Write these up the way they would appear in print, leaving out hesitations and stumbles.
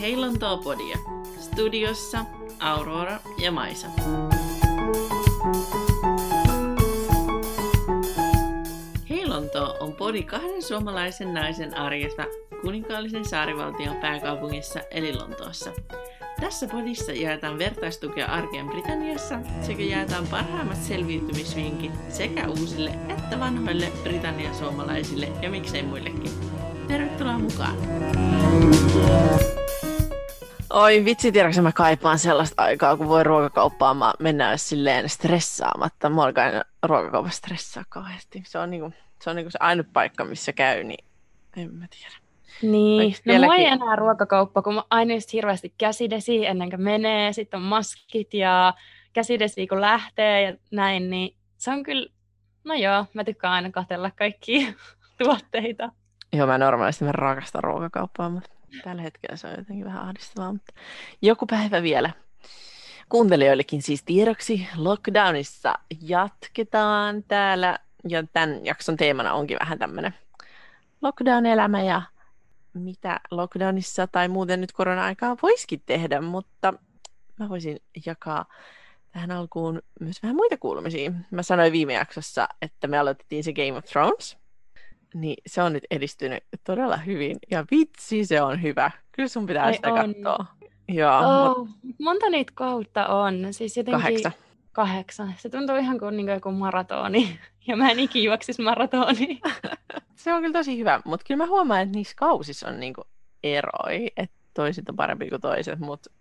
Hei Lontoo-podia. Studiossa Aurora ja Maisa. Hei Lontoo on podi kahden suomalaisen naisen arjesta kuninkaallisen saarivaltion pääkaupungissa eli Lontoossa. Tässä podissa jaetaan vertaistukea arkeen Britanniassa sekä jaetaan parhaimmat selviytymisvinkit sekä uusille että vanhoille Britannian suomalaisille ja miksei muillekin. Tervetuloa mukaan! Oi vitsi, tiedätkö mä kaipaan sellaista aikaa, kun voi ruokakauppaan mennä silleen stressaamatta. Mä alkaa aina ruokakaupassa stressaa kauheasti. Se on niinku se ainut paikka, missä käy, niin en mä tiedä. Niin, no mulla ei enää ruokakauppa, kun mä aina just hirveästi käsidesi ennen kuin menee, sitten on maskit ja käsidesi kun lähtee ja näin, niin se on kyllä, no joo, mä tykkään aina katsella kaikkia tuotteita. Joo, mä normaalisti rakastan ruokakauppaa, mutta tällä hetkellä se on jotenkin vähän ahdistavaa, mutta joku päivä vielä. Kuuntelijoillekin siis tiedoksi, lockdownissa jatketaan täällä, ja tämän jakson teemana onkin vähän tämmöinen lockdown-elämä ja mitä lockdownissa tai muuten nyt korona-aikaa voisikin tehdä, mutta mä voisin jakaa tähän alkuun myös vähän muita kuulumisia. Mä sanoin viime jaksossa, että me aloitettiin se Game of Thrones, niin se on nyt edistynyt todella hyvin, ja vitsi, se on hyvä. Kyllä sun pitää sitä katsoa. Joo, monta niitä kautta on? Siis jotenkin 8. Se tuntuu ihan kuin joku maratoni, ja mä en ikinä juoksisi maratoni. Se on kyllä tosi hyvä, mutta kyllä mä huomaan, että niissä kausissa on niinku eroi, että toiset on parempi kuin toiset, mutta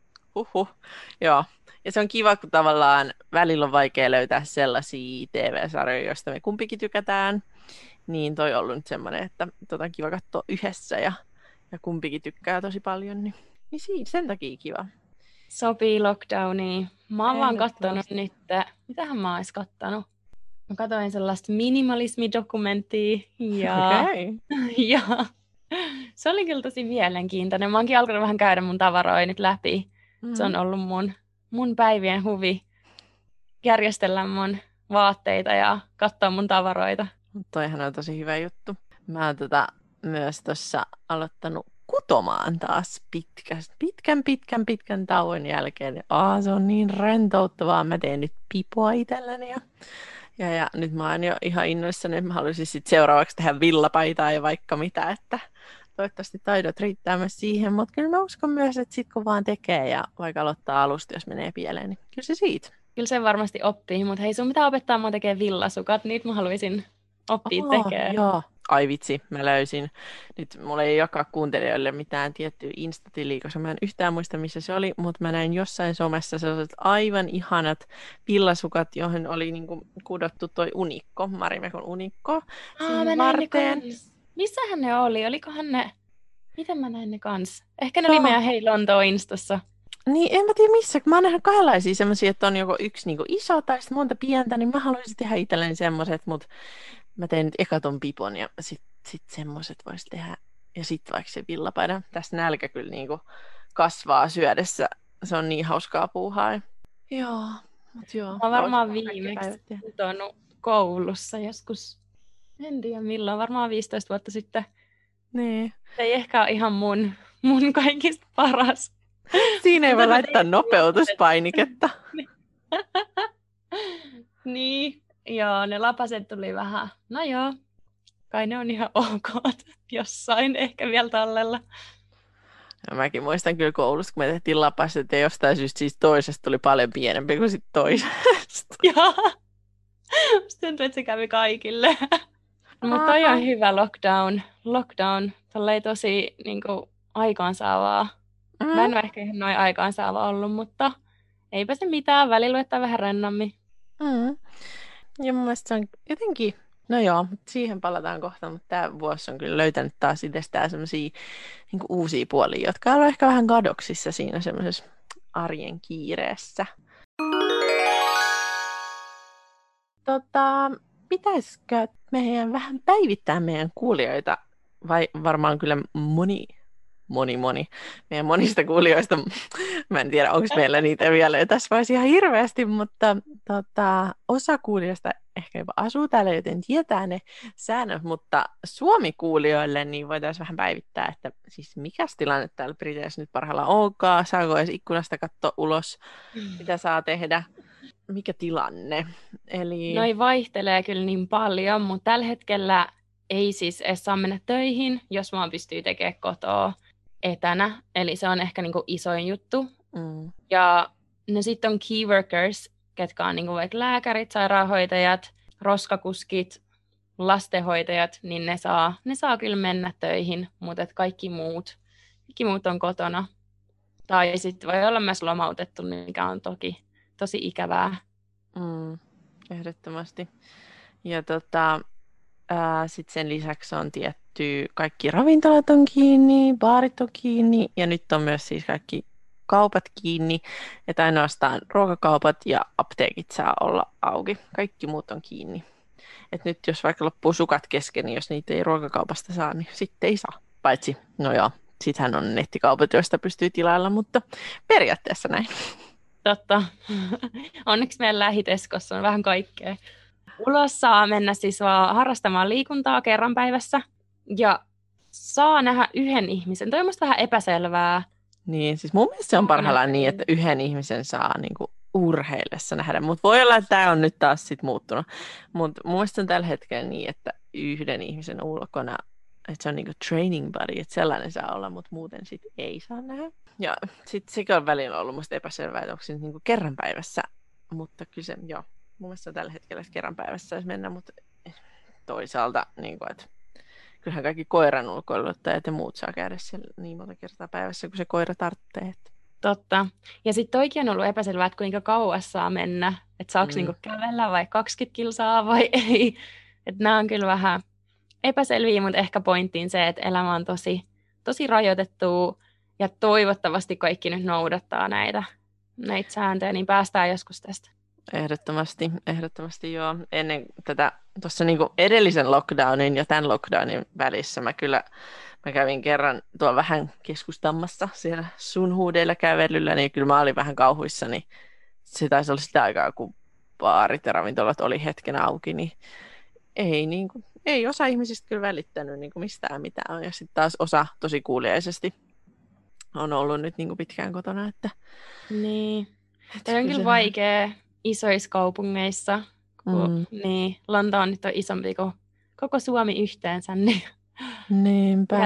joo. Ja se on kiva, kun tavallaan välillä on vaikea löytää sellaisia TV-sarjoja, joista me kumpikin tykätään, niin toi on ollut nyt semmoinen, että on kiva katsoa yhdessä ja kumpikin tykkää tosi paljon, niin sen takia kiva. Sopii lockdowniin. Mä oon vaan kattonut nyt, mitähän mä ois kattonut? Mä katsoin sellaista minimalismidokumenttia ja, ja se oli kyllä tosi mielenkiintoinen. Mä oonkin alkanut vähän käydä mun tavaroja nyt läpi. Se on ollut mun päivien huvi järjestellä mun vaatteita ja katsoa mun tavaroita. Toihan on tosi hyvä juttu. Mä oon myös tuossa aloittanut kutomaan taas pitkän tauon jälkeen. Se on niin rentouttavaa. Mä teen nyt pipoa itselleni ja nyt mä oon jo ihan innoissani, että mä haluaisin sitten seuraavaksi tehdä villapaitaa ja vaikka mitä, että toivottavasti taidot riittää myös siihen, mutta kyllä mä uskon myös, että sit kun vaan tekee ja vaikka aloittaa alusta, jos menee pieleen, niin kyllä se siitä. Kyllä se varmasti oppii, mutta hei, sun pitää opettaa mua tekemään villasukat, niitä mä haluaisin oppia tekemään. Joo. Ai vitsi, mä löysin. Nyt mulla ei jakaa kuuntelijoille mitään tiettyä Insta-tiliä, koska mä en yhtään muista, missä se oli, mutta mä näin jossain somessa sellaiset aivan ihanat villasukat, johon oli niinku kudottu toi unikko, Marimekon unikko. Mä näin ne kans. Missähän ne oli? Olikohan ne? Miten mä näin ne kans? Ehkä ne oli meidän Hei Lontoo Instassa. Niin, en mä tiedä missä. Mä oon nähnyt kahdenlaisia semmosia, että on joko yksi niinku iso tai sitten monta pientä, niin mä haluaisin tehdä itselleni semmoiset, mutta mä tein nyt eka ton pipon ja sit semmoiset vois tehdä. Ja sit vaikka se villapaita. Tässä nälkä kyllä niinku kasvaa syödessä. Se on niin hauskaa puuhaa. Joo, mut joo. Mä oon varmaan viimeksi kutonut koulussa joskus. En tiedä milloin, varmaan 15 vuotta sitten. Niin. Se ei ehkä ole ihan mun kaikista paras. Siinä ei voi laittaa nopeutuspainiketta. Niin, joo, ne lapaset tuli vähän. No joo, kai ne on ihan ok jossain ehkä vielä tallella. Ja mäkin muistan kyllä koulusta, kun me tehtiin lapaset ja jostain syystä siis toisesta tuli paljon pienempi kuin sitten toisesta. Joo, musta tuntuu, että se kävi kaikille. Mutta toi on hyvä lockdown. Tuolla ei tosi niinku aikaansaavaa. Mä en ole ehkä ihan noin aikaansaava ollut, mutta eipä se mitään. Välillä luettaa vähän rennommin. Ja mun mielestä se on jotenkin, no joo, siihen palataan kohta, mutta tämä vuosi on kyllä löytänyt taas itsestään semmoisia niin uusia puolia, jotka on ehkä vähän kadoksissa siinä semmoisessa arjen kiireessä. Pitäisikö meidän vähän päivittää meidän kuulijoita, vai varmaan kyllä moni moni meidän monista kuulijoista. Mä en tiedä, onko meillä niitä vielä tässä vaiheessa ihan hirveästi, mutta osa kuulijoista ehkä jopa asuu täällä, joten tietää ne säännöt, mutta Suomi-kuulijoille niin voitaisiin vähän päivittää, että siis mikäs tilanne täällä Briteissä nyt parhaillaan onkaan, saako edes ikkunasta katsoa ulos, mitä saa tehdä, mikä tilanne. Eli... Noi vaihtelee kyllä niin paljon, mutta tällä hetkellä ei siis edes saa mennä töihin, jos vaan pystyy tekemään kotoa etänä. Eli se on ehkä niinku isoin juttu. Ja no sitten on key workers, ketkä on niinku vaikka lääkärit, sairaanhoitajat, roskakuskit, lastenhoitajat, niin ne saa kyllä mennä töihin, mutta kaikki muut on kotona. Tai sitten voi olla myös lomautettu, mikä on tosi ikävää. Ehdottomasti. Ja sitten sen lisäksi on tietty, kaikki ravintolat on kiinni, baarit on kiinni ja nyt on myös siis kaikki kaupat kiinni, että ainoastaan ruokakaupat ja apteekit saa olla auki. Kaikki muut on kiinni. Et nyt jos vaikka loppuu sukat kesken, niin jos niitä ei ruokakaupasta saa, niin sitten ei saa. Paitsi, no joo, sittenhän on nettikaupat, joista pystyy tilailla, mutta periaatteessa näin. Totta. Onneksi meidän lähiteskossa on vähän kaikkea. Ulos saa mennä siis vaan harrastamaan liikuntaa kerran päivässä ja saa nähdä yhden ihmisen. Toi on musta vähän epäselvää. Niin, siis mun mielestä se on parhaillaan niin, että yhden ihmisen saa niinku urheillessa nähdä. Mutta voi olla, että tämä on nyt taas sit muuttunut. Mutta mun mielestä on tällä hetkellä niin, että yhden ihmisen ulkona, että se on niinku training body, että sellainen saa olla, mutta muuten sit ei saa nähdä. Ja sitten sekin on välillä ollut musta epäselvää, että onko se niinku kerran päivässä. Mutta kyllä se, joo, mun mielestä on tällä hetkellä kerran päivässä saisi mennä, mutta toisaalta, niinku, että kyllähän kaikki koiran ulkoiluttajat ja muut saa käydä siellä niin monta kertaa päivässä, kun se koira tarvitsee. Totta. Ja sitten toikin on ollut epäselvää, että kuinka kauas saa mennä. Että saako niinku kävellä vai 20 kilsaa vai ei. Että nämä on kyllä vähän epäselviä, mutta ehkä pointtiin se, että elämä on tosi rajoitettua. Ja toivottavasti kaikki nyt noudattaa näitä sääntöjä, niin päästään joskus tästä. Ehdottomasti joo. Ennen tätä, tuossa niinku edellisen lockdownin ja tämän lockdownin välissä mä kävin kerran tuolla vähän keskustammassa siellä sun huudeilla kävelyllä, niin kyllä mä olin vähän kauhuissani. Se taisi olla sitä aikaa, kun baarit ja ravintolat oli hetken auki, niin ei osa ihmisistä kyllä välittänyt niinku mistään mitään. Ja sitten taas osa tosi kuuliaisesti on ollut nyt niinku pitkään kotona. Että, niin, tämä on kyllä vaikea isoissa kaupungeissa. Niin, Lontoon nyt on isompi kuin koko Suomi yhteensä. Niin niinpä.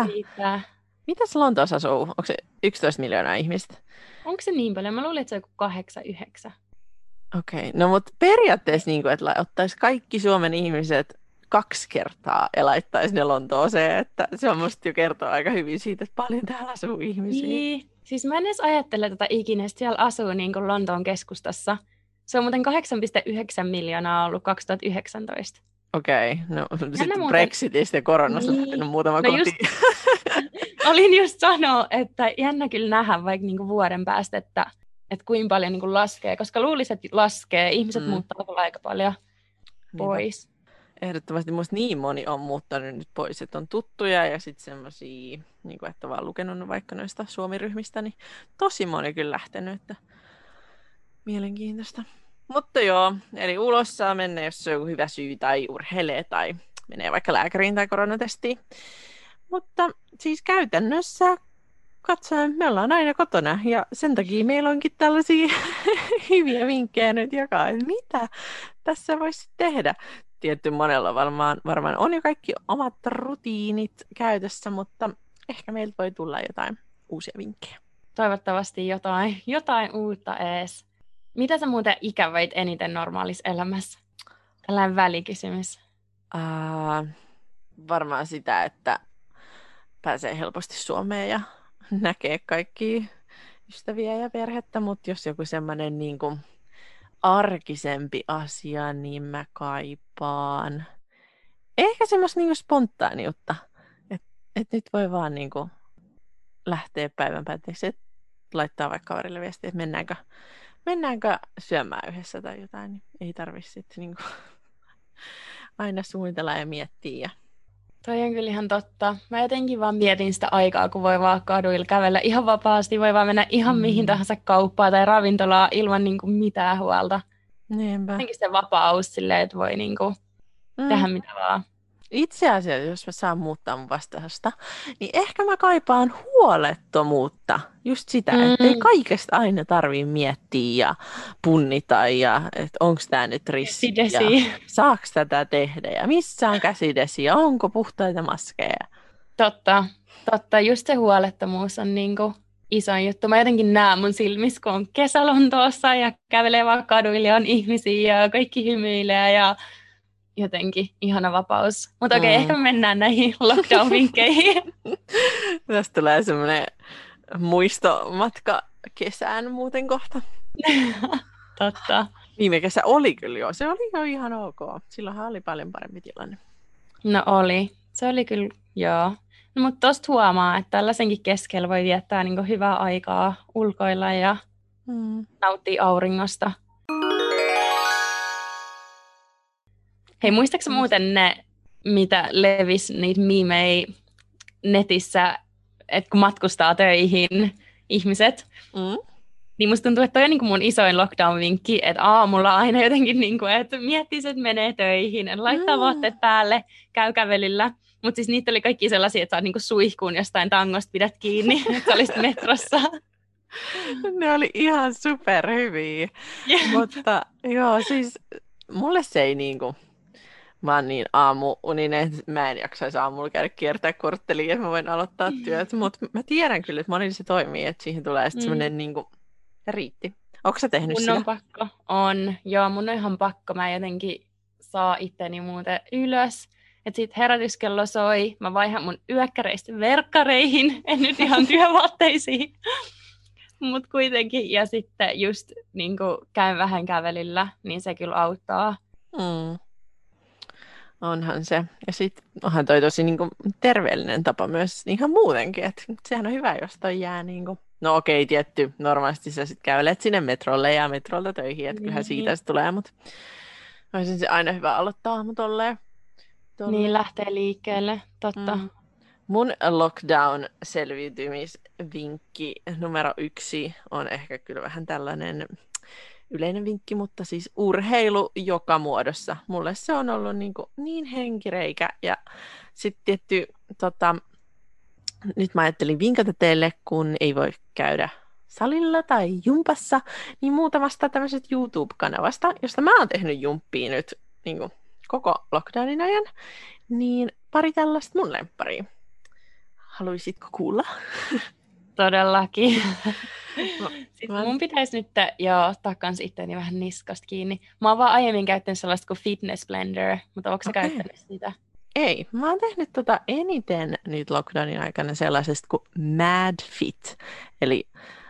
Mitäs Lontoossa asuu? Onko se 11 miljoonaa ihmistä? Onko se niin paljon? Mä luulin, että se on joku 8-9. Okei, no mutta periaatteessa niin kuin, että ottaisi kaikki Suomen ihmiset 2 kertaa ja laittaisi ne Lontooseen, että se on musta jo kertoo aika hyvin siitä, että paljon täällä asuu ihmisiä. Niin, siis mä en edes ajattele tätä ikinä, että siellä asuu niin kuin Lontoon keskustassa. Se on muuten 8,9 miljoonaa ollut 2019. Okei, no sitten Brexitistä ja koronasta lähtenyt muutama koti. Olin just sanoa, että jännä kyllä nähdä vaikka niinku vuoden päästä, että kuinka paljon niinku laskee, koska luulisin, että laskee. Ihmiset muuttaa aika paljon pois. Ehdottomasti musta niin moni on muuttanut nyt pois, että on tuttuja ja sitten semmoisia, niin että on vaan lukenut vaikka noista Suomi-ryhmistä, niin tosi moni kyllä lähtenyt, että mielenkiintoista. Mutta joo, eli ulos saa mennä, jos se on joku hyvä syy tai urheilee tai menee vaikka lääkäriin tai koronatestiin. Mutta siis käytännössä katsoen me ollaan aina kotona ja sen takia meillä onkin tällaisia hyviä vinkkejä nyt jakaa, että mitä tässä voisi tehdä. Tietty monella varmaan on jo kaikki omat rutiinit käytössä, mutta ehkä meiltä voi tulla jotain uusia vinkkejä. Toivottavasti jotain uutta ees. Mitä sä muuten ikävöit eniten normaalissa elämässä? Tällainen välikysymys. Varmaan sitä, että pääsee helposti Suomeen ja näkee kaikkia ystäviä ja perhettä, mutta jos joku semmoinen niin kuin arkisempi asia, niin mä kaipaan ehkä semmoista niin kuin spontaaniutta. Et nyt voi vaan niin kuin lähteä päivän päätteeksi, että laittaa vaikka kaverille viestiä, että mennäänkö syömään yhdessä tai jotain, niin ei tarvitse sitten niin kuin aina suunnitella ja miettiä. Toi on kyllä ihan totta. Mä jotenkin vaan mietin sitä aikaa, kun voi vaan kaduilla kävellä ihan vapaasti, voi vaan mennä ihan mihin tahansa kauppaan tai ravintolaan ilman niin kuin mitään huolta. Niinpä. Jotenkin se vapaus silleen, että voi niin kuin tehdä mitä vaan. Itse asiassa, jos mä saan muuttaa mun vastausta, niin ehkä mä kaipaan huolettomuutta. Just sitä, että ei kaikesta aina tarvii miettiä ja punnita ja että onko tämä nyt riski ja saako tätä tehdä ja missä on käsidesi ja onko puhtaita maskeja. Totta. Just se huolettomuus on niinku isoin juttu. Mä jotenkin näen mun silmissä, kun on kesä Lontoossa ja kävelee vaan kaduille, on ihmisiä ja kaikki hymyilee ja jotenkin ihana vapaus. Mutta okei, ehkä me mennään näihin lockdown-vinkkeihin. Tästä tulee semmoinen muistomatka kesään muuten kohta. Totta. Viime kesä oli kyllä jo. Se oli jo ihan ok. Silloinhan oli paljon parempi tilanne. No oli. Se oli kyllä, joo. No, mutta tosta huomaa, että tällaisenkin keskellä voi viettää niinku hyvää aikaa ulkoilla ja nauttia auringosta. Hei, muistaaksä muuten ne, mitä levisi niitä miimejä netissä, että kun matkustaa töihin ihmiset, niin musta tuntuu, että toi on niin kuin mun isoin lockdown-vinkki, että aamulla aina jotenkin, niin kuin, että miettii, että menee töihin, että laittaa vaatteet päälle, käy kävelillä. Mutta siis niitä oli kaikki sellaisia, että sä oot niin kuin suihkuun jostain tangosta, pidät kiinni, että sä olisit metrossa. Ne oli ihan superhyviä. Mutta joo, siis mulle se ei niinku... Mä oon niin aamuuninen, että mä en jaksaisi aamulla käydä kiertää kortteliin, että mä voin aloittaa työt. Mutta mä tiedän kyllä, että monilla se toimii, että siihen tulee sitten semmoinen niinku riitti. Onko sä tehnyt sitä? Mun on pakko. On. Joo, mun on ihan pakko. Mä jotenkin saa itteni muuten ylös. Että sit herätyskello soi. Mä vaihan mun yökkäreistä verkkareihin. En nyt ihan työvaatteisiin. Mut kuitenkin. Ja sitten just niinku käyn vähän kävelillä, niin se kyllä auttaa. Onhan se. Ja sitten onhan toi tosi niinku terveellinen tapa myös ihan muutenkin. Että sehän on hyvä, jos toi jää niinku... No okei, tietty. Normaalisti sä sitten kävelet sinne metrolle ja metrolta töihin. Että kyllähän siitä sitten tulee. Mutta olisi se aina hyvä aloittaa aamu tolleen. Niin, lähtee liikkeelle. Totta. Mun lockdown-selviytymisvinkki numero 1 on ehkä kyllä vähän tällainen... yleinen vinkki, mutta siis urheilu joka muodossa. Mulle se on ollut niin henkireikä. Ja sitten tietty, nyt mä ajattelin vinkata teille, kun ei voi käydä salilla tai jumpassa, niin muutamasta tämmöisestä YouTube-kanavasta, josta mä oon tehnyt jumppia nyt koko lockdownin ajan, niin pari tällaista mun lempparia. Haluaisitko kuulla? Todellakin. Mun pitäisi nyt ottaa kans itseäni vähän niskasta kiinni. Mä oon vaan aiemmin käyttänyt sellaista kuin Fitness Blender, mutta onko sä käyttänyt sitä? Ei, mä oon tehnyt eniten nyt lockdownin aikana sellaisesta kuin Mad Fit, eli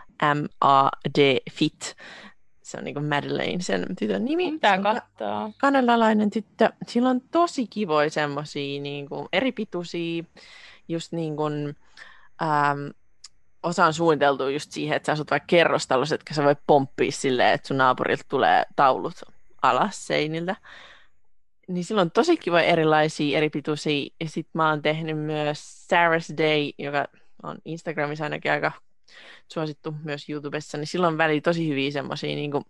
M-A-D Fit. Se on niin kuin Madeleine, sen tytön nimi. Mitä katsoa? Kanadalainen tyttö. Sillä on tosi kivoja semmosia eri pituisia, just niin kuin... osa on suunniteltu just siihen, että sä asut vaikka kerrostalossa, etkä sä voi pomppia silleen, että sun naapurilta tulee taulut alas seiniltä. Niin sillä on tosi kiva erilaisia, eri pituisia. Ja sit mä oon tehnyt myös Sarah's Day, joka on Instagramissa ainakin aika suosittu myös YouTubessa. Niin sillä on väliin tosi hyviä semmosia niinku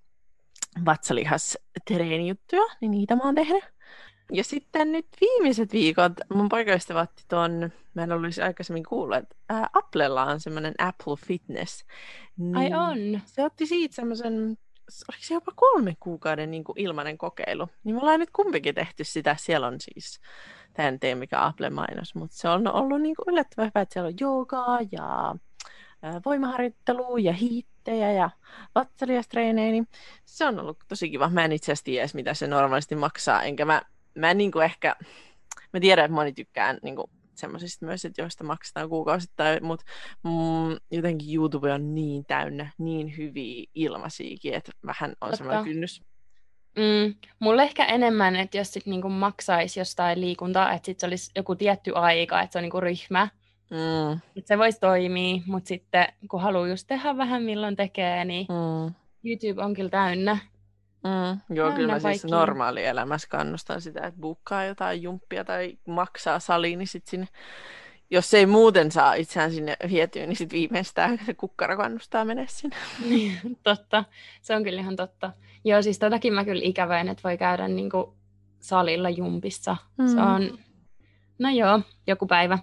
vatsalihas-treenijuttuja, niin niitä mä oon tehnyt. Ja sitten nyt viimeiset viikot mun poikaystävä otti mä en olisi aikaisemmin kuullut, että Applella on semmoinen Apple Fitness. Niin ai on? Se otti siitä semmoisen, oliko se jopa 3 kuukauden ilmainen kokeilu. Niin me ollaan nyt kumpikin tehty sitä. Siellä on siis, en tiedä mikä Apple-mainos, mutta se on ollut yllättävän hyvä, että siellä on joogaa ja voimaharjoittelua ja hiittejä ja vatsaliastreenejä. Niin se on ollut tosi kiva. Mä en itse asiassa tiedä, mitä se normaalisti maksaa, enkä mä ehkä, mä tiedän, että moni tykkää semmoisista myös, että joista maksetaan kuukausittain, mutta jotenkin YouTube on niin täynnä, niin hyviä ilmaisiakin, että vähän on semmoinen kynnys. Mulle ehkä enemmän, että jos sit maksaisi jostain liikuntaa, että sit se olisi joku tietty aika, että se on ryhmä. Että se voisi toimia, mutta sitten kun haluaa just tehdä vähän milloin tekee, niin YouTube on kyllä täynnä. Joo, kyllä mä siis kaikkiin. normaalielämässä kannustan sitä, että buukkaa jotain jumppia tai maksaa saliin, niin sitten sinne, jos ei muuten saa itseään sinne vietyä, niin sitten viimeistään se kukkaro kannustaa mennä sinne. Totta, se on kyllä ihan totta. Joo, siis totakin mä kyllä ikävöin, että voi käydä niinku salilla jumpissa. Se on, no joo, joku päivä.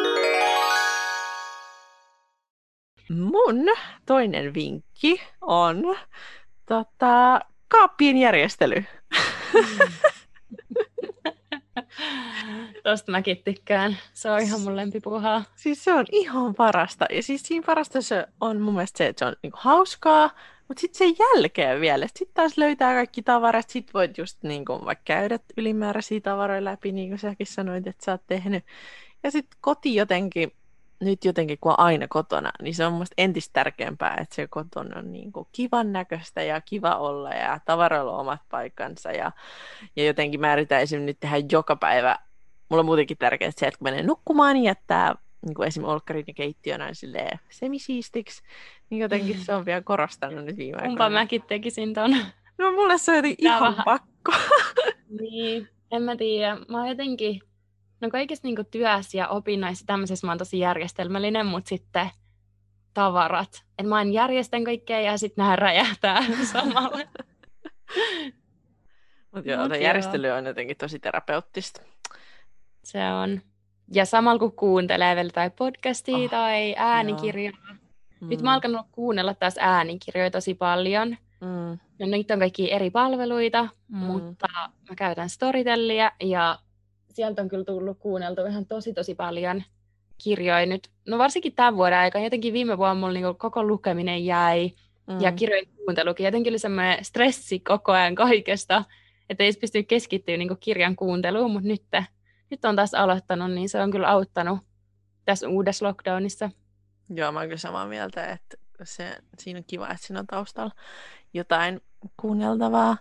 Mun toinen vinkki on kaappien järjestely. Tosta mäkin tykkään. Se on ihan mun lempipuhaa. Siis se on ihan parasta. Ja siis siinä parasta se on mun mielestä se, että se on niinku hauskaa, mutta sitten sen jälkeen vielä. Sitten taas löytää kaikki tavarat. Sitten voit just niinku vaikka käydä ylimääräisiä tavaroja läpi, niin kuin säkin sanoit, että sä oot tehnyt. Ja sitten koti jotenkin, nyt jotenkin kun on aina kotona, niin se on mun mielestä entistä tärkeämpää, että se kotona on niinku kivan näköistä ja kiva olla ja tavaroilla on omat paikkansa. Ja jotenkin mä yritän esimerkiksi nyt tehdä joka päivä. Mulla on muutenkin tärkeää se, että kun menee nukkumaan, niin jättää niin esimerkiksi olkkarin ja keittiön aina semisiistiksi. Niin jotenkin se on vielä korostanut nyt viime aikoina. Kumpa mäkin tekisin ton. No mulle se on jotenkin ihan pakko. Niin, en mä tiedä. Mä oon jotenkin, no kaikessa niin työssä ja opinnoissa tämmöisessä mä oon tosi järjestelmällinen, mutta sitten tavarat. Että mä en järjestän kaikkea ja sitten nämä räjähtää samalla. Mutta joo, järjestely on jotenkin tosi terapeuttista. Se on. Ja samalla kun kuuntelee vielä tai podcastia tai äänikirjoja. Nyt mä oon alkanut kuunnella taas äänikirjoja tosi paljon. No niitä on kaikki eri palveluita, mutta mä käytän Storytellia ja sieltä on kyllä tullut kuunneltu ihan tosi paljon kirjoja nyt. No varsinkin tämän vuoden aikana. Jotenkin viime vuonna mulla niinku koko lukeminen jäi ja kirjojen kuuntelukin. Jotenkin oli semmoinen stressi koko ajan kaikesta, että ei pysty keskittyä niinku kirjan kuunteluun, mutta nyt on taas aloittanut, niin se on kyllä auttanut tässä uudessa lockdownissa. Joo, mä oon kyllä samaa mieltä, että siinä on kiva, että siinä on taustalla jotain kuunneltavaa.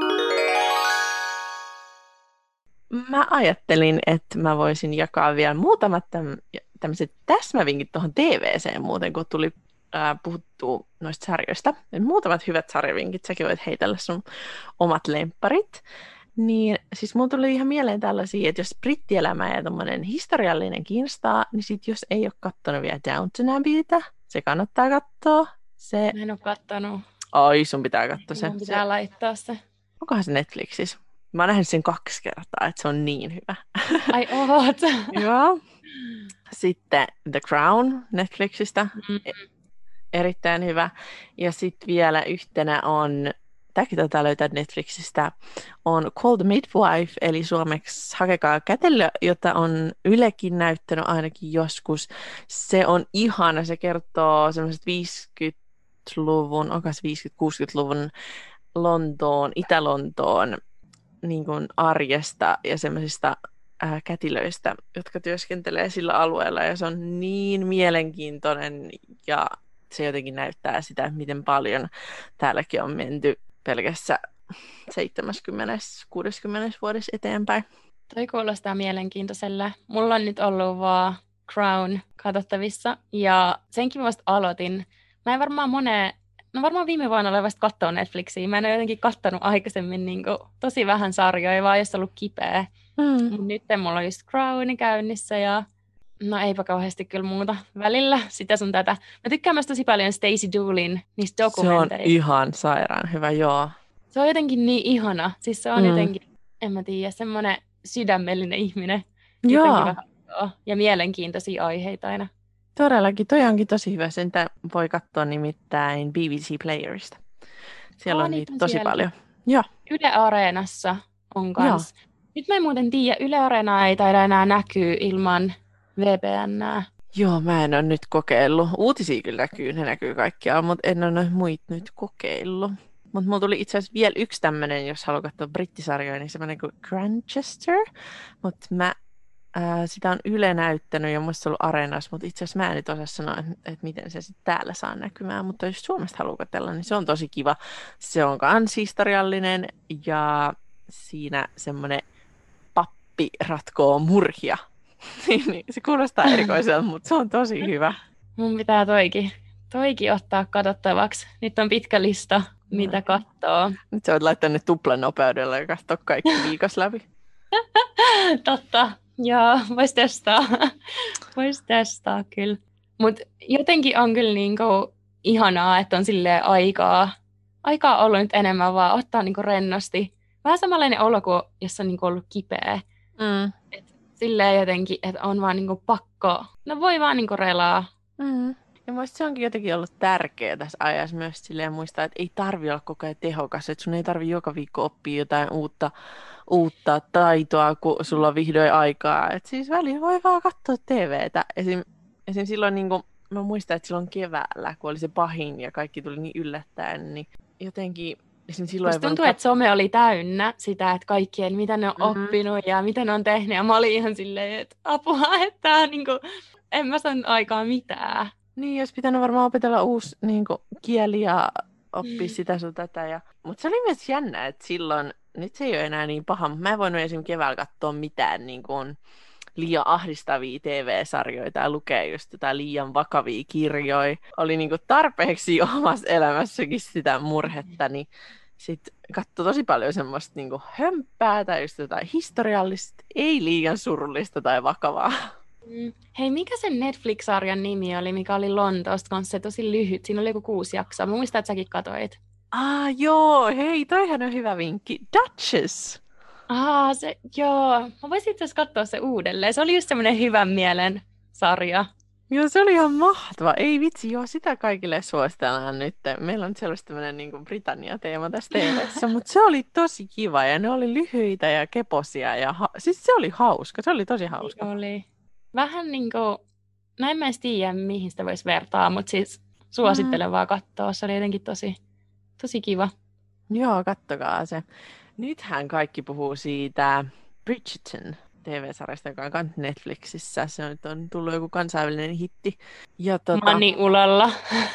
Mä ajattelin, että mä voisin jakaa vielä muutamat tämmöiset täsmävinkit tuohon TV:seen muuten, kun tuli puhuttua noista sarjoista. Muutamat hyvät sarjavinkit, säkin voit heitellä sun omat lempparit. Niin, siis mulla tuli ihan mieleen tällaisia, että jos brittielämä ja tommonen historiallinen kiinnostaa, niin sit jos ei ole kattonut vielä Downton Abbeytä, se kannattaa katsoa. Mä en ole kattonut. Ai, sun pitää katsoa se. Mun pitää laittaa se. Onkohan se Netflixissä? Mä oon nähnyt sen 2 kertaa, että se on niin hyvä. Ai oot. Joo. Sitten The Crown Netflixistä. Erittäin hyvä. Ja sitten vielä yhtenä on, tämäkin taitaa löytää Netflixistä, on Called Midwife, eli suomeksi Hakekaa kätilö, jota on Ylekin näyttänyt ainakin joskus. Se on ihana, se kertoo semmoiset 50-luvun, onko se 50-60-luvun Itä-Lontoon niin kuin arjesta ja semmoisista kätilöistä, jotka työskentelee sillä alueella, ja se on niin mielenkiintoinen, ja se jotenkin näyttää sitä, miten paljon täälläkin on menty pelkässä 70-60 vuodessa eteenpäin. Toi kuulostaa mielenkiintoiselle. Mulla on nyt ollut vaan Crown katsottavissa, ja senkin vasta aloitin. Mä en varmaan varmaan viime vuonna olen vasta katsoa Netflixiä. Mä en ole jotenkin katsonut aikaisemmin tosi vähän sarjoja, vaan jos on ollut kipeä. Nyt mulla on just Crowni käynnissä ja no eipä kauheasti kyllä muuta välillä sitä sun tätä. Mä tykkään myös tosi paljon Stacey Doolin niistä dokumenteista. Se on ihan sairaan hyvä, joo. Se on jotenkin niin ihana. Siis se on jotenkin, en mä tiedä, semmoinen sydämellinen ihminen. Joo. Ja mielenkiintoisia aiheita aina. Todellakin, toi onkin tosi hyvä. Sen voi katsoa nimittäin BBC Playerista. Siellä on niitä tosi paljon. Joo. Yle Areenassa on kans. Joo. Nyt mä en muuten tiedä, Yle Areenaa ei taida enää näkyy ilman VPN:ää. Joo, mä en ole nyt kokeillut. Uutisia kyllä näkyy, ne näkyy kaikkiaan, mutta en ole muita nyt kokeillut. Mutta mulla tuli itse asiassa vielä yksi tämmönen, jos haluaa katsoa brittisarjoja, niin semmoinen kuin Grantchester. Mutta sitä on Yle näyttänyt ja musta se on ollut Areenassa, mutta itse asiassa mä en nyt osaa sanoa, että miten se sitten täällä saa näkymään. Mutta jos Suomesta haluaa katsella, niin se on tosi kiva. Se on kans historiallinen ja siinä semmoinen pappi ratkoo murhia. Niin, se kuulostaa erikoiselta, mutta se on tosi hyvä. Mun pitää toikin ottaa katsottavaksi. Nyt on pitkä lista mitä katsoo. Nyt sä voit laittaa ne tuplanopeudella ja katsoa kaikki viikossa läpi. Totta, joo, vois testaa. Vois testaa kyllä. Mutta jotenkin on kyllä niinku ihanaa, että on silleen aikaa ollut nyt enemmän vaan ottaa niinku rennosti. Vähän samanlainen olo kuin jos on niinku ollut kipeä. Et silleen jotenkin, että on vaan niinku pakko. No voi vaan niinku relaa. Ja muista se onkin jotenkin ollut tärkeää tässä ajassa myös silleen muistaa, että ei tarvitse olla koko ajan tehokas. Että sun ei tarvitse joka viikko oppia jotain uutta taitoa, kun sulla on vihdoin aikaa. Että siis väliin voi vaan katsoa TVtä. Esim. Silloin, niin kuin, mä muistan, että silloin keväällä, kun oli se pahin ja kaikki tuli niin yllättäen, niin jotenkin silloin tuntuu, että some oli täynnä sitä, että kaikkien, mitä ne on oppinut ja mitä ne on tehnyt. Ja mä olin ihan silleen, että apua, että niin kuin, en mä saanut aikaa mitään. Niin, olisi pitänyt varmaan opetella uusi niin kuin, kieli ja oppia sitä sun tätä. Mutta se oli myös jännä, että silloin, nyt se ei ole enää niin paha, mutta mä en voinut esimerkiksi keväällä katsoa mitään niin kuin, liian ahdistavia TV-sarjoja tai lukea just jotain liian vakavia kirjoja. Oli niin kuin, tarpeeksi omassa elämässäkin sitä murhetta, niin sitten katsoi tosi paljon semmoista niin kuin, hömppää tai just jotain historiallista, ei liian surullista tai vakavaa. Hei, mikä sen Netflix-sarjan nimi oli, mikä oli Lontoosta kanssa se tosi lyhyt? Siinä oli joku 6 jaksoa. Mä muistan, että säkin katoit. Joo, hei, toihan on hyvä vinkki. Duchess! Joo. Mä voisin itse asiassa katsoa se uudelleen. Se oli just semmoinen hyvän mielen sarja. Joo, se oli ihan mahtava. Ei vitsi, joo, sitä kaikille suositellaan nyt. Meillä on sellaista tämmöinen niin kuin Britannia-teema tässä TV:ssä, mutta se oli tosi kiva ja ne oli lyhyitä ja keposia. Ja siis se oli hauska, se oli tosi hauska. Oli. Vähän niin kuin, näin mä en tiedä, mihin sitä voisi vertaa, mutta siis suosittelen vaan katsoa. Se oli jotenkin tosi kiva. Joo, kattokaa se. Nythän kaikki puhuu siitä Bridgerton TV-sarjasta, joka on Netflixissä. Se on tullut joku kansainvälinen hitti. Ja Mani ulalla.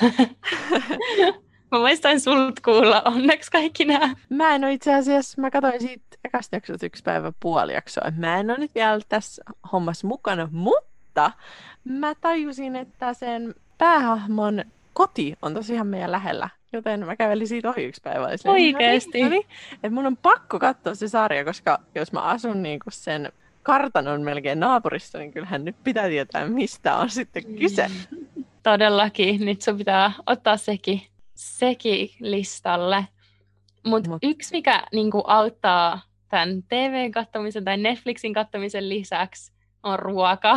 Mä muistan sulta kuulla. Onneksi kaikki nämä. Mä en ole itse asiassa, mä katsoin siitä ekasta jaksosta 1 päivä puoli jaksoa. Mä en ole nyt vielä tässä hommassa mukana, mutta mä tajusin, että sen päähahmon koti on tosiaan meidän lähellä. Joten mä kävelin siitä ohi 1 päivä. Oikeesti? Että mun on pakko katsoa se sarja, koska jos mä asun niinku sen kartanon melkein naapurissa, niin kyllähän nyt pitää tietää, mistä on sitten kyse. Todellakin. Nyt sun pitää ottaa sekin listalle. Mut yksi, mikä niinku auttaa tämän TVn kattomisen tai Netflixin kattomisen lisäksi, on ruoka.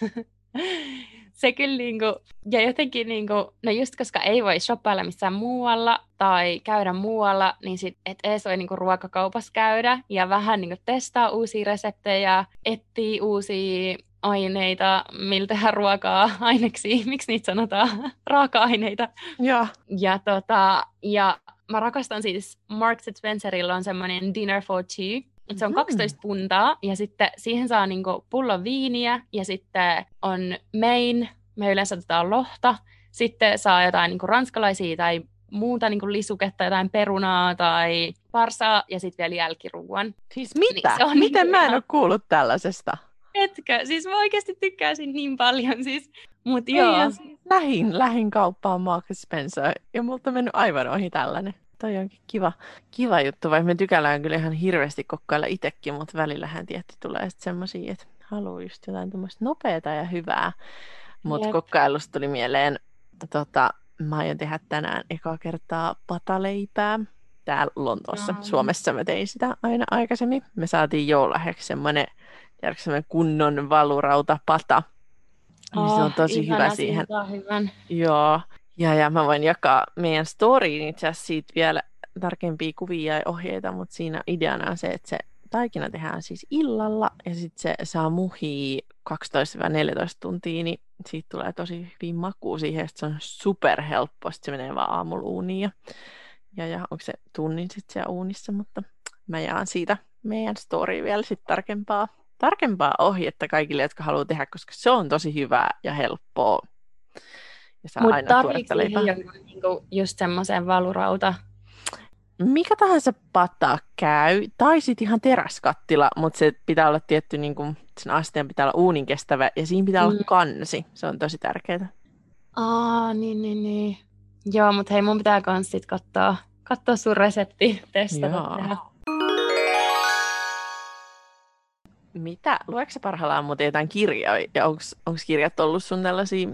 Se kyllä niinku, ja jotenkin niinku, no just koska ei voi shoppailla missään muualla tai käydä muualla, niin sit et ees voi niinku ruokakaupassa käydä ja vähän niinku testaa uusia reseptejä, etsii uusia aineita, millä tehdään ruokaa, aineksia, miksi niitä sanotaan, raaka-aineita. Ja ja mä rakastan siis, Marks & Spencerilla on semmoinen Dinner for Two. Se on 12 puntaa ja sitten siihen saa niinku pullon viiniä ja sitten on main, me yleensä otetaan lohta. Sitten saa jotain niinku ranskalaisia tai muuta niinku lisuketta, jotain perunaa tai parsaa ja sitten vielä jälkiruuan. Siis mitä? Niin miten mä en ole kuullut tällaisesta? Etkö? Siis mä oikeasti tykkäsin niin paljon siis. Mut joo. Lähin kauppaan Marks & Spencer ja multa on mennyt aivan ohi tällainen. Toi onkin kiva juttu, vaikka me tykällään kyllä ihan hirveästi kokkailla itsekin, mutta välillähän tietty tulee sitten semmosia, että haluaa just jotain tämmöistä nopeata ja hyvää. Mutta kokkailusta tuli mieleen, mä aion tehdä tänään ekaa kertaa pataleipää täällä Lontoossa. Suomessa mä tein sitä aina aikaisemmin. Me saatiin joululahjaksi semmoinen kunnon valurautapata. Niin se on tosi hyvä siihen. Joo. Ja mä voin jakaa meidän storyin itse asiassa siitä vielä tarkempia kuvia ja ohjeita, mutta siinä ideana on se, että se taikina tehdään siis illalla ja sitten se saa muhia 12-14 tuntia, niin siitä tulee tosi hyvin makua siihen, että se on superhelppo, sitten se menee vaan aamulla uuniin ja onko se tunnin sitten siellä uunissa, mutta mä jaan siitä meidän storyin vielä sitten tarkempaa ohjetta kaikille, jotka haluaa tehdä, koska se on tosi hyvää ja helppoa. Mutta tarvitsetko siihen niinku just semmoisen valurauta? Mikä tahansa pata käy, tai sitten ihan teräskattila, mutta se pitää olla tietty, niinku, sen asteen pitää olla uunin kestävä, ja siinä pitää olla kansi. Se on tosi tärkeää. Niin. Joo, mutta hei, mun pitää kans sit katsoa katsoa sun resepti, testata, Joo. tehdä. Luetko sä parhaillaan muuten jotain kirjoja? Ja onko kirjat ollut sun tällaisia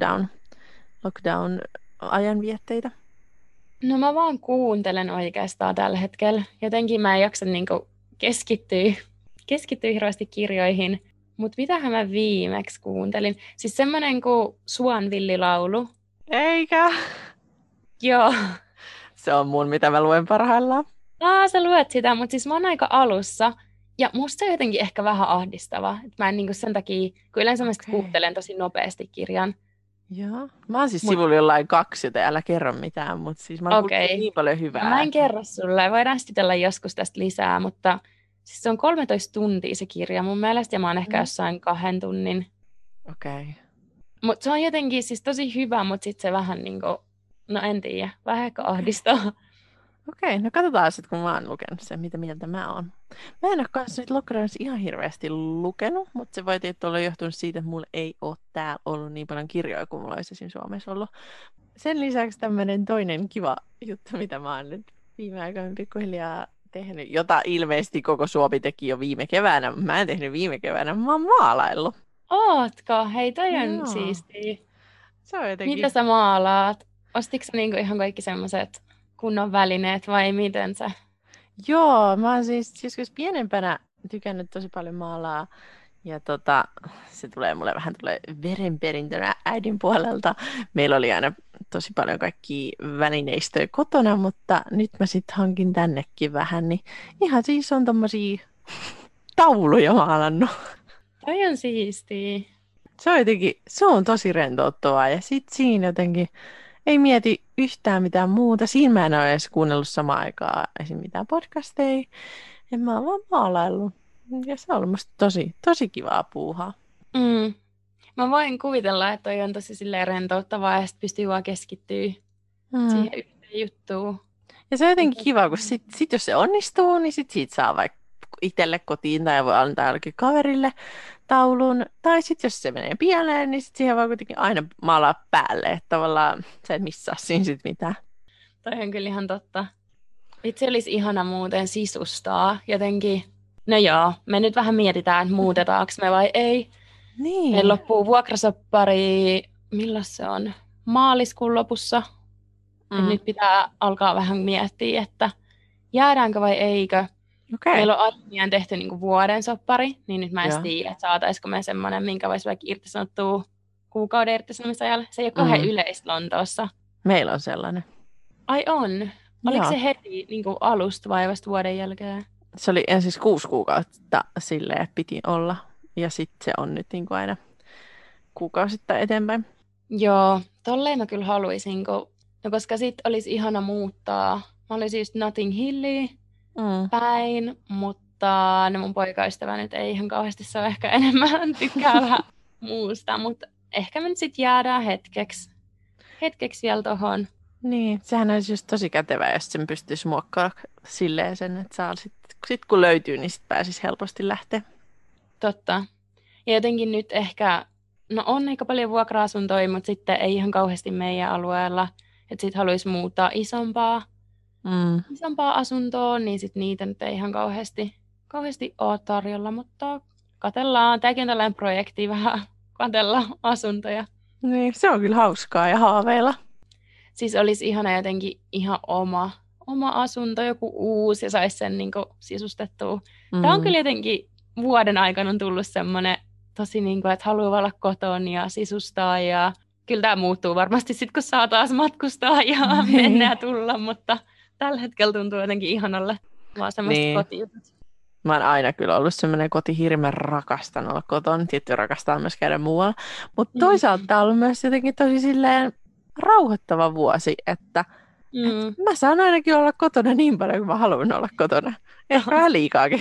lockdown-ajanvietteitä? No mä vaan kuuntelen oikeastaan tällä hetkellä. Jotenkin mä en jaksa niinku keskittyä hirveästi kirjoihin. Mutta mitähän mä viimeksi kuuntelin? Siis semmonen kuin Suonvillilaulu. Eikä. Joo. Se on mun, mitä mä luen parhaillaan. Sä luet sitä, mutta siis mä oon aika alussa. Ja musta se on jotenkin ehkä vähän ahdistava. Et mä en niinku sen takia, kun yleensä mä kuuntelen tosi nopeasti kirjan. Joo. Mä oon siis sivulla jollain 2, joten älä kerro mitään, mutta siis mä oon kuullut niin paljon hyvää. Mä en kerro sulle, voidaan sitten joskus tästä lisää, mutta siis se on 13 tuntia se kirja mun mielestä, ja mä oon ehkä jossain 2 tunnin. Okei. Mutta se on jotenkin siis tosi hyvä, mutta sitten se vähän niinku, no en tiedä, vähän ehkä ahdistaa. Okei, no katsotaan sitten, kun mä oon lukenut sen, mitä mieltä mä oon. Mä en ole kanssa nyt lockdownissa ihan hirveästi lukenut, mutta se voi tietysti olla johtunut siitä, että mulla ei ole täällä ollut niin paljon kirjoja kuin mulla olisi esimerkiksi Suomessa ollut. Sen lisäksi tämmöinen toinen kiva juttu, mitä mä oon nyt viime aikoina pikkuhiljaa tehnyt, jota ilmeisesti koko Suomi teki jo viime keväänä. Mä en tehnyt viime keväänä, mä oon maalaillut. Ootko? Hei, toi on siistiä. Se on jotenkin... Mitä sä maalaat? Ostitko sä niinku ihan kaikki semmoiset kunnon välineet vai miten sä? Joo, mä oon siis joskus pienempänä tykännyt tosi paljon maalaa. Ja se tulee mulle vähän verenperintönä äidin puolelta. Meillä oli aina tosi paljon kaikkia välineistöjä kotona, mutta nyt mä sitten hankin tännekin vähän. Niin ihan siis on tommosia tauluja maalannut. Toi on siistiä. Se on tosi rentouttavaa ja sit siinä jotenkin ei mieti yhtään mitään muuta. Siinä mä en ole edes kuunnellut samaan aikaan esim. Mitään podcasteja. En mä ole vaan maalaillut. Ja se on ollut musta tosi kivaa puuhaa. Mä voin kuvitella, että toi on tosi silleen rentouttavaa ja sit pystyy vaan keskittyä siihen yhteen juttuun. Ja se on jotenkin kiva, kun sit jos se onnistuu, niin siitä saa vaikka itselle kotiin tai voi antaa jollekin kaverille taulun. Tai sitten jos se menee pieleen, niin sit siihen voi kuitenkin aina maalaa päälle. Että tavallaan sä et missaa siinä sit mitään. Toi on kyllä ihan totta. Itse olisi ihana muuten sisustaa jotenkin. No joo, me nyt vähän mietitään, että muutetaanko me vai ei. Niin. Meillä loppuu vuokrasoppari, milloin se on? Maaliskuun lopussa. Nyt pitää alkaa vähän miettiä, että jäädäänkö vai eikö. Okay. Meillä on aiemmin tehty niinku vuoden soppari, niin nyt mä en tiedä, että saataisiko me semmoinen, minkä voisi vaikka irtisanottua kuukauden irtisanomisajalle. Se ei ole kauhean yleistä Lontoossa. Meillä on sellainen. Ai on? Oliko se heti niinku alusta vai vasta vuoden jälkeen? Se oli ensin 6 kuukautta silleen piti olla. Ja sitten se on nyt niinku aina kuukausittain eteenpäin. Joo, tolleen mä kyllä haluaisin, koska sitten olisi ihana muuttaa. Mä olisin just Notting Hilliin päin, mutta mun poikaystävä nyt ei ihan kauheasti se ole ehkä enemmän tykkää vähän muusta, mutta ehkä me nyt sitten jäädään hetkeksi vielä tohon. Niin, sehän olisi just tosi kätevää, jos sen pystyisi muokkaamaan silleen sen, että saa sit kun löytyy, niin sit pääsisi helposti lähteä. Totta. Ja jotenkin nyt ehkä, no on aika paljon vuokra-asuntoja, mutta sitten ei ihan kauheasti meidän alueella. Että sit haluaisi muuttaa isompaa asuntoa, niin sit niitä nyt ei ihan kauheasti ole tarjolla, mutta katsellaan. Tämäkin on tällainen projekti vähän katsella asuntoja. Niin, se on kyllä hauskaa ja haaveilla. Siis olisi ihana jotenkin ihan oma asunto, joku uusi ja saisi sen niin kuin sisustettua. Tämä on kyllä jotenkin vuoden aikana on tullut semmoinen tosi, niin kuin, että haluaa olla kotona ja sisustaa. Ja kyllä tämä muuttuu varmasti sitten, kun saa taas matkustaa ja mennä ja tulla, mutta tällä hetkellä tuntuu jotenkin ihanalle vaan semmoista kotiutut. Mä oon aina kyllä ollut semmoinen kotihirmi, mä rakastan olla kotona. Tietysti rakastan myös käydä muualla. Mutta toisaalta tämä on ollut myös jotenkin tosi silleen rauhoittava vuosi, että mä saan ainakin olla kotona niin paljon, kuin mä haluan olla kotona. Ehkä vähän liikaakin.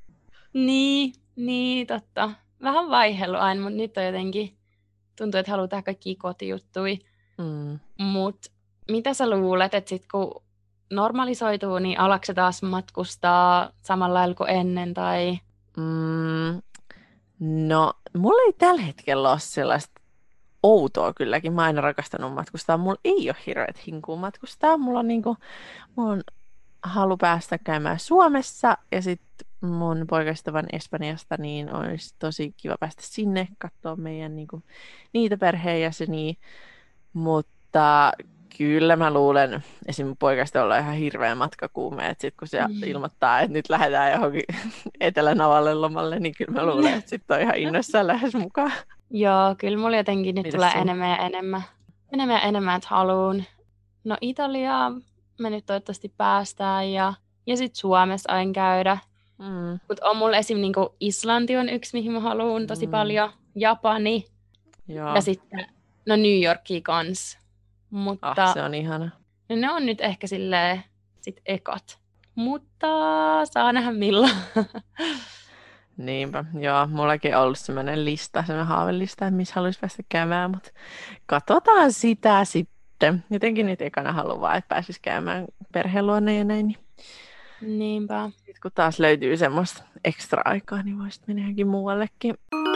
Niin, totta. Vähän vaihdellut aina, mutta nyt on jotenkin, tuntuu, että haluaa tehdä kaikkia kotijuttuja. Mutta mitä sä luulet, että sit kun normalisoituu, niin alatko se taas matkustaa samalla lailla kuin ennen? Tai... No, mulla ei tällä hetkellä ole sellaista outoa kylläkin. Mä oon aina rakastanut matkustaa. Mulla ei ole hirveät hinkua matkustaa. Mulla on halu päästä käymään Suomessa ja sitten mun poikaystävän Espanjasta, niin olisi tosi kiva päästä sinne, katsoa meidän niitä perheenjäseniä. Mutta kyllä mä luulen, esim. Mun poikasta olla ihan hirveä matkakuume, että sit kun se ilmoittaa, että nyt lähdetään johonkin Etelänavalle lomalle, niin kyllä mä luulen, että sit on ihan innoissaan lähes mukaan. Joo, kyllä mulla jotenkin nyt tulee enemmän ja enemmän, että haluun. No Italiaa me nyt toivottavasti päästään ja sitten Suomessa aina käydä. Mutta on mulla esim. Islanti on yksi, mihin mä haluun tosi paljon. Japani. Joo. Ja sitten New Yorkia kans. Mutta se on ihana. No ne on nyt ehkä silleen sit ekat. Mutta saa nähdä milloin. Niinpä, joo. Mullakin on ollut semmoinen haavelista, että missä haluaisi päästä käymään, mutta katsotaan sitä sitten. Jotenkin nyt ekana haluaa, että pääsisi käymään perheen luonne ja näin. Niinpä. Sitten kun taas löytyy semmoista ekstra aikaa, niin voisit mennä johonkin muuallekin.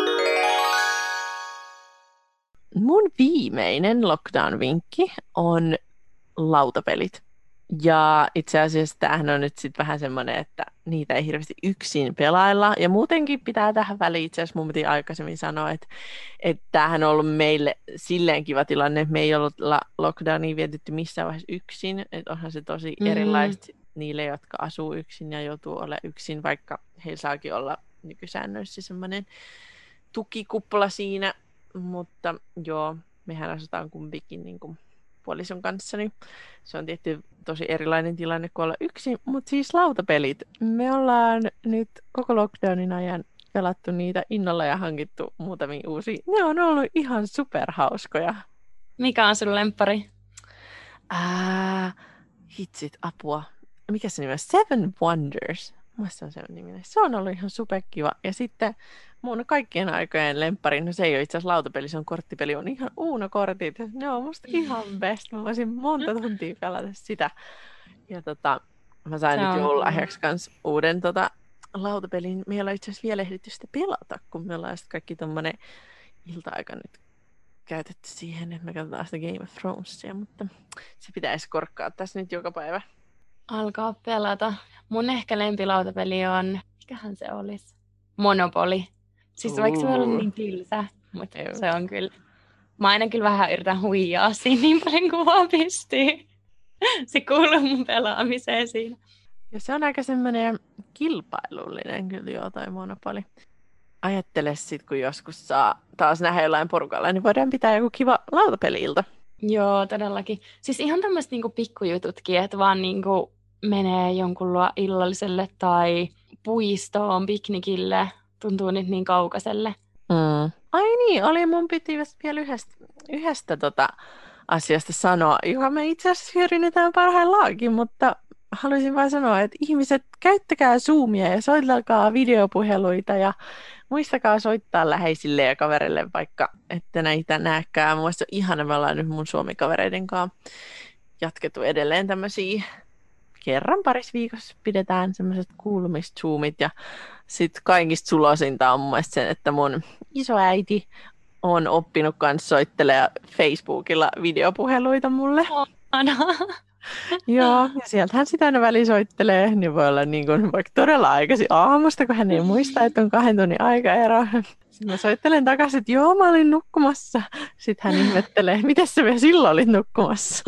Mun viimeinen lockdown-vinkki on lautapelit. Ja itse asiassa tämähän on nyt sitten vähän semmoinen, että niitä ei hirveästi yksin pelailla. Ja muutenkin pitää tähän väliin itse asiassa mun piti aikaisemmin sanoa, että tämähän on ollut meille silleen kiva tilanne, että me ei ollut lockdownia vietetty missään vaiheessa yksin. Että onhan se tosi erilaista niille, jotka asuu yksin ja joutuu olemaan yksin, vaikka heillä saakin olla nykysäännöissä semmoinen tukikuppla siinä. Mutta joo, mehän asutaan kumpikin niin kuin puolison kanssa, niin se on tietty tosi erilainen tilanne kuin olla yksin. Mutta siis lautapelit, me ollaan nyt koko lockdownin ajan pelattu niitä innolla ja hankittu muutamia uusia. Ne on ollut ihan superhauskoja. Mikä on sun lemppari? Hitsit, apua. Mikä se nimi on? Seven Wonders. Mielestäni se on niminen. Se on ollut ihan superkiva. Ja sitten mun kaikkien aikojen lemppari, no se ei ole itse asiassa lautapeli, se on korttipeli, on ihan Uno-kortit. Ne on musta ihan best. Mä voisin monta tuntia pelata sitä. Ja mä sain nyt joululahjaksi kans uuden lautapelin. Me ei olla itse asiassa vielä ehditty sitä pelata, kun me ollaan sitten kaikki tommonen ilta-aika nyt käytetty siihen, että me katsotaan sitä Game of Thronesia, mutta se pitäisi korkkaa tässä nyt joka päivä. Alkaa pelata. Mun ehkä lempilautapeli on, mikähän se olisi? Monopoly. Siis vaikka se voi olla niin tylsä, mutta se on kyllä. Mä aina kyllä vähän yritän huijaa siinä niin paljon kuin vaan pystyy. Se kuuluu mun pelaamiseen siinä. Ja se on aika semmoinen kilpailullinen kyllä joo toi Monopoly. Ajattele sit, kun joskus saa taas nähdä jollain porukalla, niin voidaan pitää joku kiva lautapeli-ilta. Joo, todellakin. Siis ihan tämmöiset niinku pikkujututkin, että vaan niinku menee jonkun luo illalliselle tai puistoon, piknikille. Tuntuu nyt niin kaukaiselle. Ai niin, mun piti vielä yhdestä asiasta sanoa, joka me itse asiassa hyödynnetään parhaillaankin, mutta haluaisin vain sanoa, että ihmiset, käyttäkää Zoomia ja soittakaa videopuheluita ja muistakaa soittaa läheisille ja kavereille, vaikka ette näitä näekään. Mielestäni on ihana, me ollaan nyt mun suomikavereiden kanssa jatkettu edelleen tämmöisiä. Kerran parissa viikossa pidetään semmoiset kuulumiszoomit ja sitten kaikista sulosinta on mun mielestä sen, että mun isoäiti on oppinut kanssa soittelemaan Facebookilla videopuheluita mulle. Joo, ja sieltähän sitä aina väliin soittelee, niin voi olla niin kuin vaikka todella aikaisin aamusta, kun hän ei muista, että on 2 tunnin aikaero. Sitten mä soittelen takaisin, että joo, mä olin nukkumassa. Sitten hän ihmettelee, miten sä vielä silloin olit nukkumassa?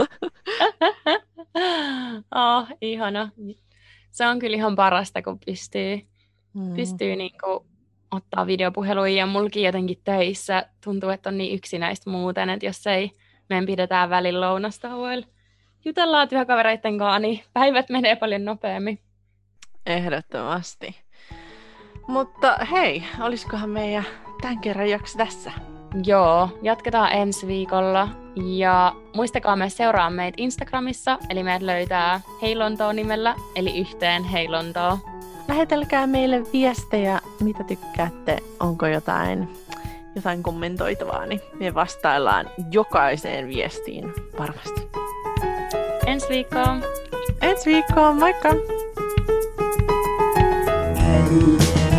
Ihana. Se on kyllä ihan parasta, kun pystyy niinku ottaa videopuheluja. Ja mulkin jotenkin töissä tuntuu, että on niin yksinäistä muuten, että jos ei meidän pidetään välin lounastauoilla. Jutellaan työkavereiden kanssa, niin päivät menee paljon nopeammin. Ehdottomasti. Mutta hei, olisikohan meidän tämän kerran jakso tässä? Joo, jatketaan ensi viikolla. Ja muistakaa myös seuraa meitä Instagramissa, eli meidät löytää Hei Lontoo nimellä, eli yhteen Hei Lontoo. Lähetelkää meille viestejä, mitä tykkäätte, onko jotain kommentoitavaa, niin me vastaillaan jokaiseen viestiin varmasti. Ensi viikkoon! Ensi viikkoon, moikka!